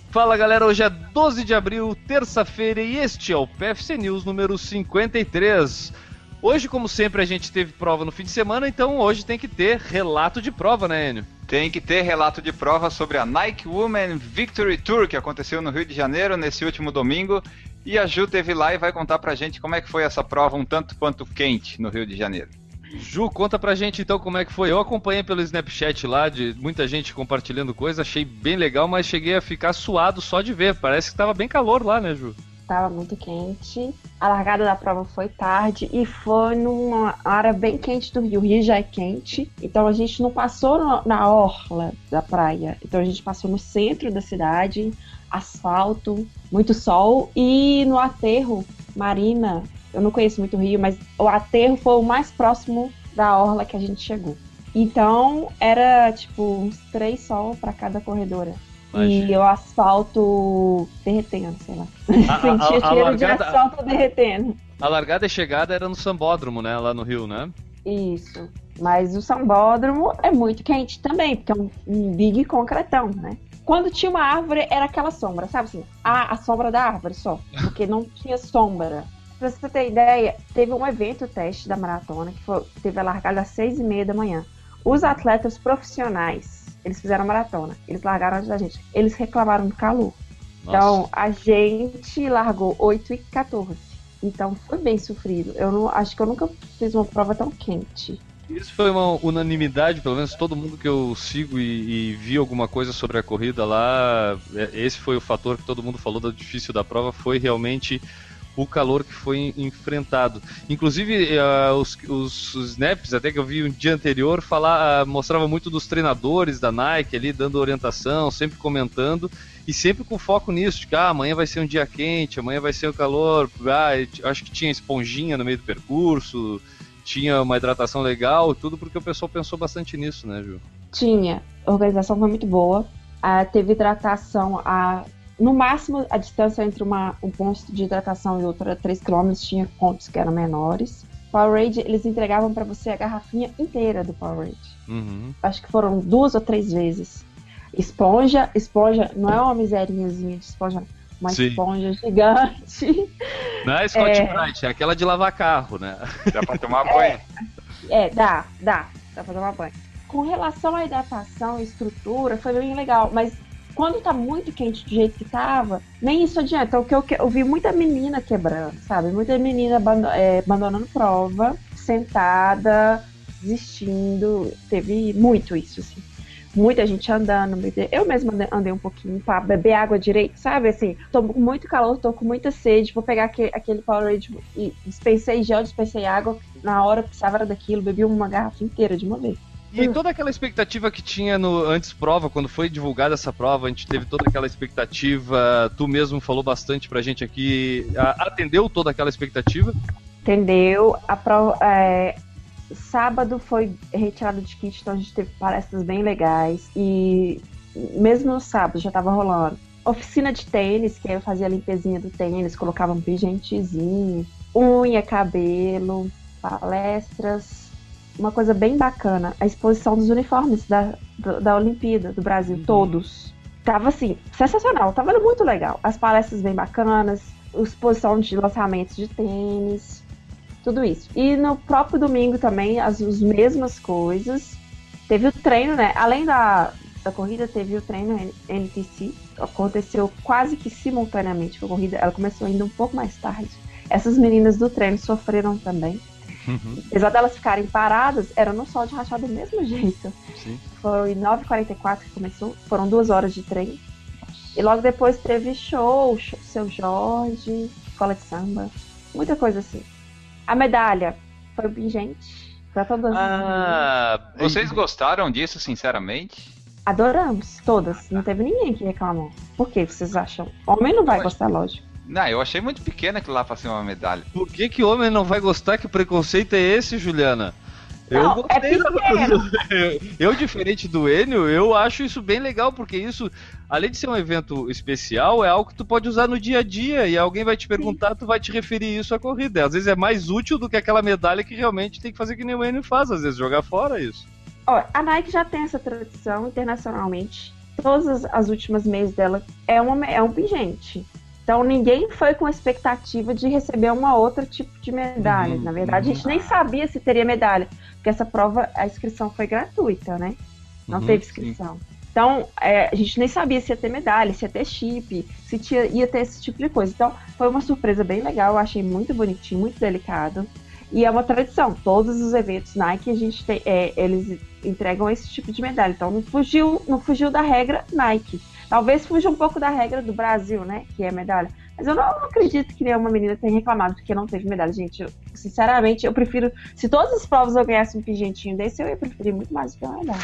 Fala galera, hoje é 12 de abril, terça-feira, e este é o PFC News número 53. Hoje, como sempre, a gente teve prova no fim de semana, então hoje tem que ter relato de prova, né, Enio? Tem que ter relato de prova sobre a Nike Women Victory Tour, que aconteceu no Rio de Janeiro nesse último domingo. E a Ju teve lá e vai contar pra gente como é que foi essa prova um tanto quanto quente no Rio de Janeiro. Ju, conta pra gente então como é que foi. Eu acompanhei pelo Snapchat lá, de muita gente compartilhando coisa, achei bem legal, mas cheguei a ficar suado só de ver. Parece que tava bem calor lá, né, Ju? Tava muito quente. A largada da prova foi tarde e foi numa área bem quente do Rio. O Rio já é quente, então a gente não passou na orla da praia. Então a gente passou no centro da cidade, asfalto, muito sol, e no aterro, Marina. Eu não conheço muito o Rio, mas o aterro foi o mais próximo da orla que a gente chegou. Então, era tipo uns 3 sol para cada corredora. Imagina. E o asfalto derretendo, sei lá. Sentia cheiro de asfalto derretendo. A largada e chegada era no Sambódromo, né? Lá no Rio, né? Isso. Mas o Sambódromo é muito quente também, porque é um big concretão, né? Quando tinha uma árvore, era aquela sombra, sabe assim? A sombra da árvore só, porque não tinha sombra. Pra você ter ideia, teve um evento teste da maratona, que teve a largada às 6h30 da manhã. Os atletas profissionais, eles fizeram a maratona, eles largaram antes da gente. Eles reclamaram do calor. Nossa. Então, a gente largou 8h14. Então, foi bem sofrido. Acho que eu nunca fiz uma prova tão quente. Isso foi uma unanimidade, pelo menos todo mundo que eu sigo e vi alguma coisa sobre a corrida lá, esse foi o fator que todo mundo falou do difícil da prova, foi realmente o calor que foi enfrentado. Inclusive, os snaps, até que eu vi um dia anterior, mostrava muito dos treinadores da Nike ali, dando orientação, sempre comentando, e sempre com foco nisso, de que amanhã vai ser um dia quente, amanhã vai ser o calor, acho que tinha esponjinha no meio do percurso, tinha uma hidratação legal, tudo porque o pessoal pensou bastante nisso, né, Ju? Tinha. A organização foi muito boa, teve hidratação no máximo, a distância entre um ponto de hidratação e outro era 3 km, tinha pontos que eram menores. Powerade, eles entregavam para você a garrafinha inteira do Powerade. Uhum. Acho que foram 2 ou 3 vezes. Esponja não é uma miserinhazinha de esponja, uma Sim. Esponja gigante. Não é Scott Bright, é aquela de lavar carro, né? Dá para tomar banho? Dá para tomar banho. Com relação à hidratação e estrutura, foi bem legal, mas quando tá muito quente do jeito que tava, nem isso adianta. Eu vi muita menina quebrando, sabe? Muita menina abandonando prova, sentada, desistindo. Teve muito isso, assim. Muita gente andando. Eu mesma andei um pouquinho pra beber água direito, sabe? Assim, tô com muito calor, tô com muita sede, vou pegar aquele Powerade e dispensei gel, dispensei água. Na hora precisava era daquilo, bebi uma garrafa inteira de uma vez. E toda aquela expectativa que tinha antes prova, quando foi divulgada essa prova, a gente teve toda aquela expectativa, tu mesmo falou bastante pra gente aqui, atendeu toda aquela expectativa? Entendeu? A prova, sábado foi retirado de kit, então a gente teve palestras bem legais, e mesmo no sábado já tava rolando oficina de tênis, que eu fazia a limpezinha do tênis, colocava um pingentezinho, unha, cabelo, palestras. Uma coisa bem bacana, a exposição dos uniformes da Olimpíada do Brasil, todos. Tava assim, sensacional, tava muito legal. As palestras bem bacanas, a exposição de lançamentos de tênis, tudo isso. E no próprio domingo também, as mesmas coisas. Teve o treino, né? Além da corrida, teve o treino NTC. Aconteceu quase que simultaneamente com a corrida. Ela começou ainda um pouco mais tarde. Essas meninas do treino sofreram também. Uhum. Apesar delas ficarem paradas, era no sol de rachar do mesmo jeito. Sim. Foi 9h44 que começou, foram 2 horas de treino. E logo depois teve show, Seu Jorge, escola de samba, muita coisa assim. A medalha foi o pingente pra todas as Vocês gostaram disso, sinceramente? Adoramos, todas. Não teve ninguém que reclamou. Por que vocês acham? Homem não vai gostar, lógico. Não, eu achei muito pequena aquilo lá pra ser uma medalha. Por que homem não vai gostar? Que preconceito é esse, Juliana? Não, eu gostei. É Eu, diferente do Enio, eu acho isso bem legal, porque isso, além de ser um evento especial, é algo que tu pode usar no dia a dia, e alguém vai te perguntar, tu vai te referir isso à corrida. Às vezes é mais útil do que aquela medalha que realmente tem que fazer que nem o Enio faz, às vezes jogar fora isso. Ó, a Nike já tem essa tradição internacionalmente. todas as últimas meses dela é um pingente. Então ninguém foi com a expectativa de receber uma outra tipo de medalha. Na verdade, a gente nem sabia se teria medalha, porque essa prova, a inscrição foi gratuita, né? Não teve inscrição. Sim. Então, a gente nem sabia se ia ter medalha, se ia ter chip, se ia ter esse tipo de coisa. Então, foi uma surpresa bem legal, eu achei muito bonitinho, muito delicado. E é uma tradição, todos os eventos Nike, a gente tem, eles entregam esse tipo de medalha. Então, não fugiu da regra Nike. Talvez fuja um pouco da regra do Brasil, né, que é medalha. Mas eu não acredito que nenhuma menina tenha reclamado porque não teve medalha. Gente, sinceramente, eu prefiro... Se todas as provas eu ganhasse um pingentinho desse, eu ia preferir muito mais do que uma medalha.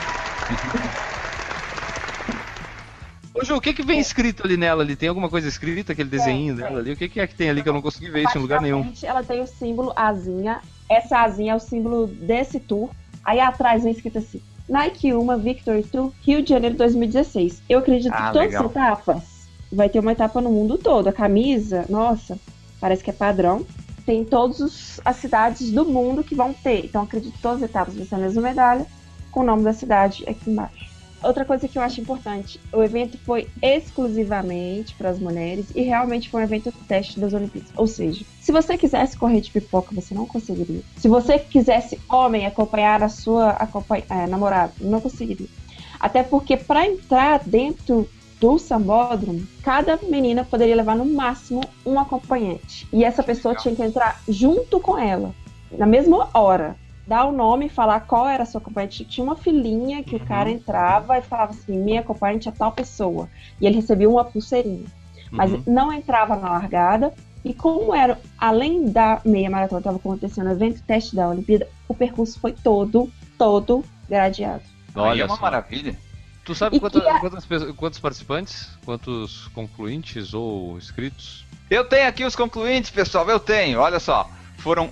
Ô Ju, o que vem escrito ali nela? Ali? Tem alguma coisa escrita, aquele desenho dela ali? O que é que tem ali que eu não consegui ver isso em lugar nenhum? Ela tem o símbolo asinha. Essa asinha é o símbolo desse tour. Aí atrás vem escrito assim: Nike Uma Victory Tour Rio de Janeiro 2016. Eu acredito que todas as etapas vai ter uma etapa no mundo todo. A camisa, nossa, parece que é padrão. Tem todas as cidades do mundo que vão ter. Então acredito que todas as etapas vai ser a mesma medalha com o nome da cidade aqui embaixo. Outra coisa que eu acho importante, o evento foi exclusivamente para as mulheres e realmente foi um evento teste das Olimpíadas. Ou seja, se você quisesse correr de pipoca, você não conseguiria. Se você quisesse homem acompanhar a sua namorada, não conseguiria. Até porque para entrar dentro do sambódromo, cada menina poderia levar no máximo um acompanhante. E essa pessoa tinha que entrar junto com ela, na mesma hora. Dar o nome e falar qual era a sua acompanhante. Tinha uma filinha que o cara entrava e falava assim: minha acompanhante é tal pessoa. E ele recebia uma pulseirinha. Mas não entrava na largada. E como era, além da meia maratona, estava acontecendo o evento teste da Olimpíada, o percurso foi todo gradeado. Olha, é uma maravilha. Tu sabe quantos participantes? Quantos concluintes ou inscritos? Eu tenho aqui os concluintes, pessoal. Eu tenho, olha só. Foram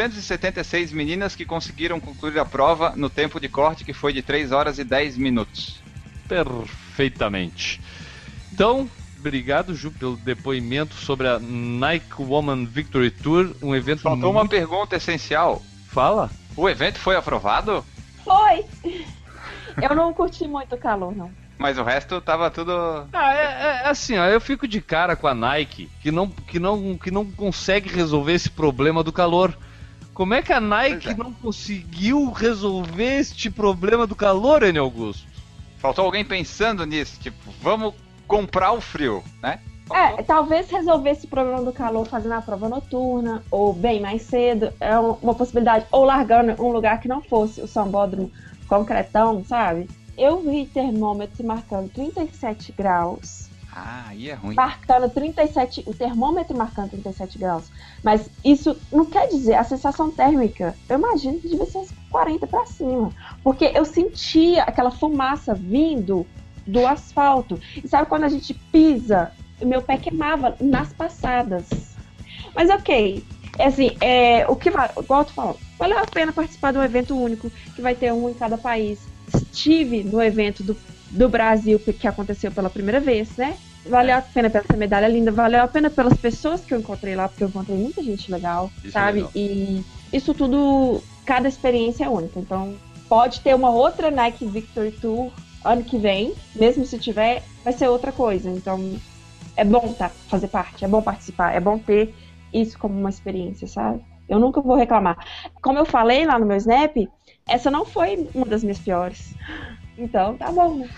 876 meninas que conseguiram concluir a prova no tempo de corte, que foi de 3 horas e 10 minutos. Perfeitamente. Então, obrigado, Ju, pelo depoimento sobre a Nike Woman Victory Tour, um evento... Faltou uma pergunta essencial. Fala. O evento foi aprovado? Foi. Eu não curti muito o calor, não. Mas o resto tava tudo... Assim, ó, eu fico de cara com a Nike, que não consegue resolver esse problema do calor. Como é que a Nike não conseguiu resolver este problema do calor, Enio Augusto? Faltou alguém pensando nisso, tipo, vamos comprar o frio, né? Talvez resolver esse problema do calor fazendo a prova noturna, ou bem mais cedo, é uma possibilidade. Ou largando um lugar que não fosse o sambódromo concretão, sabe? Eu vi termômetro marcando 37 graus. Aí é ruim. O termômetro marcando 37 graus. Mas isso não quer dizer, a sensação térmica, eu imagino que devia ser uns 40 para cima. Porque eu sentia aquela fumaça vindo do asfalto. E sabe quando a gente pisa, o meu pé queimava nas passadas. Mas ok, assim, o que vai, igual tu falou, valeu a pena participar de um evento único, que vai ter um em cada país. Estive no evento do Brasil, que aconteceu pela primeira vez, né? Valeu a pena pela essa medalha linda, valeu a pena pelas pessoas que eu encontrei lá, porque eu encontrei muita gente legal, sabe? E isso tudo, cada experiência é única. Então, pode ter uma outra Nike Victory Tour ano que vem, mesmo se tiver, vai ser outra coisa. Então, é bom fazer parte, é bom participar, é bom ter isso como uma experiência, sabe? Eu nunca vou reclamar. Como eu falei lá no meu Snap, essa não foi uma das minhas piores. Então, tá bom, né?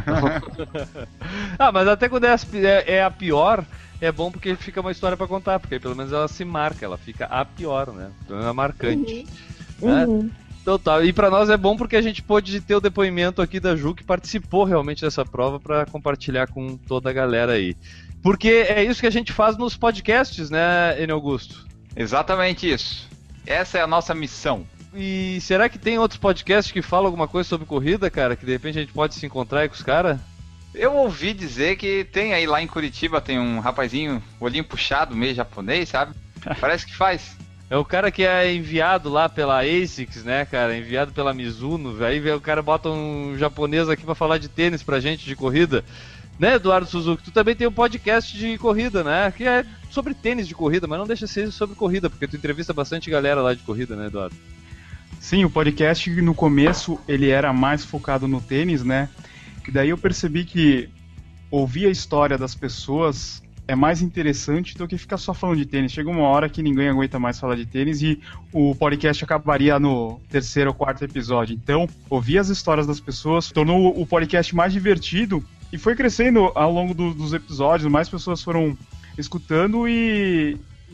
Mas até quando é a pior, é bom porque fica uma história pra contar, porque pelo menos ela se marca, ela fica a pior, né? Então é marcante. Né? Então tá, e pra nós é bom porque a gente pôde ter o depoimento aqui da Ju, que participou realmente dessa prova, pra compartilhar com toda a galera aí. Porque é isso que a gente faz nos podcasts, né, Enio Augusto? Exatamente isso. Essa é a nossa missão. E será que tem outros podcasts que falam alguma coisa sobre corrida, cara? Que de repente a gente pode se encontrar aí com os caras? Eu ouvi dizer que tem aí lá em Curitiba, tem um rapazinho, olhinho puxado, meio japonês, sabe? Parece que faz. É o cara que é enviado lá pela ASICS, né, cara? Enviado pela Mizuno. Aí o cara bota um japonês aqui pra falar de tênis pra gente, de corrida. Né, Eduardo Suzuki? Tu também tem um podcast de corrida, né? Que é sobre tênis de corrida, mas não deixa de ser sobre corrida, porque tu entrevista bastante galera lá de corrida, né, Eduardo? Sim, o podcast no começo ele era mais focado no tênis, né? E daí eu percebi que ouvir a história das pessoas é mais interessante do que ficar só falando de tênis. Chega uma hora que ninguém aguenta mais falar de tênis e o podcast acabaria no 3º ou 4º episódio. Então, ouvir as histórias das pessoas tornou o podcast mais divertido e foi crescendo ao longo dos episódios. Mais pessoas foram escutando e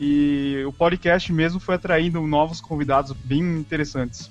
o podcast mesmo foi atraindo novos convidados bem interessantes.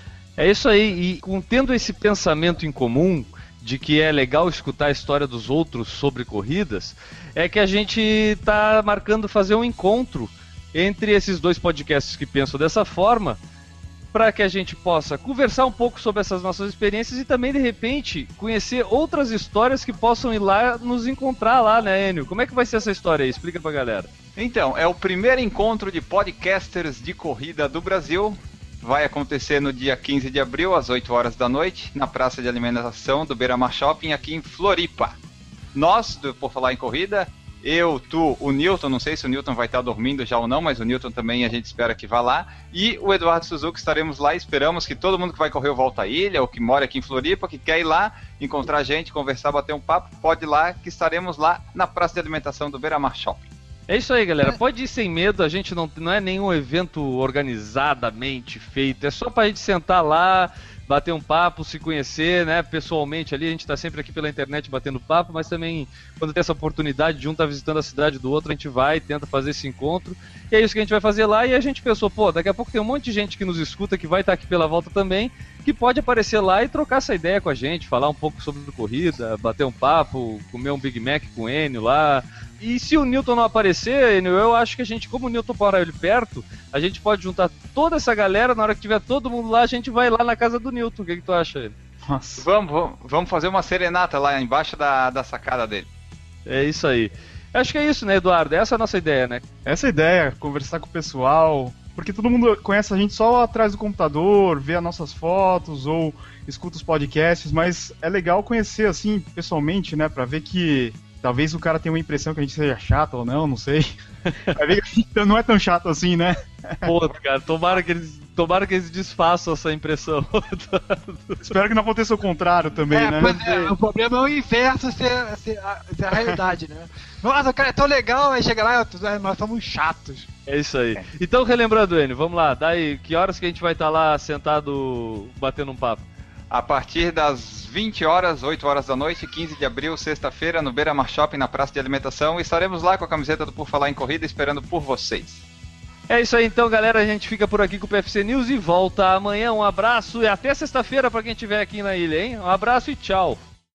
É isso aí, e tendo esse pensamento em comum de que é legal escutar a história dos outros sobre corridas, é que a gente está marcando fazer um encontro entre esses dois podcasts que pensam dessa forma, para que a gente possa conversar um pouco sobre essas nossas experiências e também, de repente, conhecer outras histórias que possam ir lá nos encontrar lá, né, Enio? Como é que vai ser essa história aí? Explica pra galera. Então, é o primeiro encontro de podcasters de corrida do Brasil. Vai acontecer no dia 15 de abril, às 8 horas da noite, na praça de alimentação do Beira-Mar Shopping, aqui em Floripa. Nós, por falar em corrida, eu, tu, o Newton, não sei se o Newton vai estar dormindo já ou não, mas o Newton também a gente espera que vá lá, e o Eduardo Suzuki estaremos lá. Esperamos que todo mundo que vai correr o Volta à Ilha, ou que mora aqui em Floripa, que quer ir lá, encontrar a gente, conversar, bater um papo, pode ir lá, que estaremos lá na praça de alimentação do Beira-Mar Shopping. É isso aí, galera. Pode ir sem medo, a gente não é nenhum evento organizadamente feito, é só pra gente sentar lá, bater um papo, se conhecer, né, pessoalmente ali. A gente tá sempre aqui pela internet batendo papo, mas também quando tem essa oportunidade de um tá visitando a cidade do outro, a gente vai e tenta fazer esse encontro. E é isso que a gente vai fazer lá, e a gente pensou, pô, daqui a pouco tem um monte de gente que nos escuta, que vai estar aqui pela volta também, que pode aparecer lá e trocar essa ideia com a gente, falar um pouco sobre corrida, bater um papo, comer um Big Mac com o Enio lá. E se o Newton não aparecer, Enio, eu acho que a gente, como o Newton mora ali perto, a gente pode juntar toda essa galera, na hora que tiver todo mundo lá, a gente vai lá na casa do Newton. O que tu acha, Enio? Nossa. Vamos fazer uma serenata lá embaixo da sacada dele. É isso aí. Acho que é isso, né, Eduardo? Essa é a nossa ideia, né? Essa é a ideia, conversar com o pessoal, porque todo mundo conhece a gente só atrás do computador, vê as nossas fotos ou escuta os podcasts, mas é legal conhecer, assim, pessoalmente, né, pra ver que talvez o cara tenha uma impressão que a gente seja chato ou não sei. Vai ver que a gente não é tão chato assim, né? Pô, cara, tomara que eles desfaçam essa impressão. Espero que não aconteça o contrário também, né? O problema é o inverso ser a realidade, né? Nossa, o cara é tão legal, aí chega lá e nós somos chatos. É isso aí. Então, relembrando, Enio, vamos lá. Daí, que horas que a gente vai estar lá sentado batendo um papo? A partir das 20 horas, 8 horas da noite, 15 de abril, sexta-feira, no Beira-Mar Shopping, na praça de alimentação. Estaremos lá com a camiseta do Por Falar em Corrida, esperando por vocês. É isso aí então, galera. A gente fica por aqui com o PFC News e volta amanhã. Um abraço e até sexta-feira para quem estiver aqui na ilha, hein? Um abraço e tchau.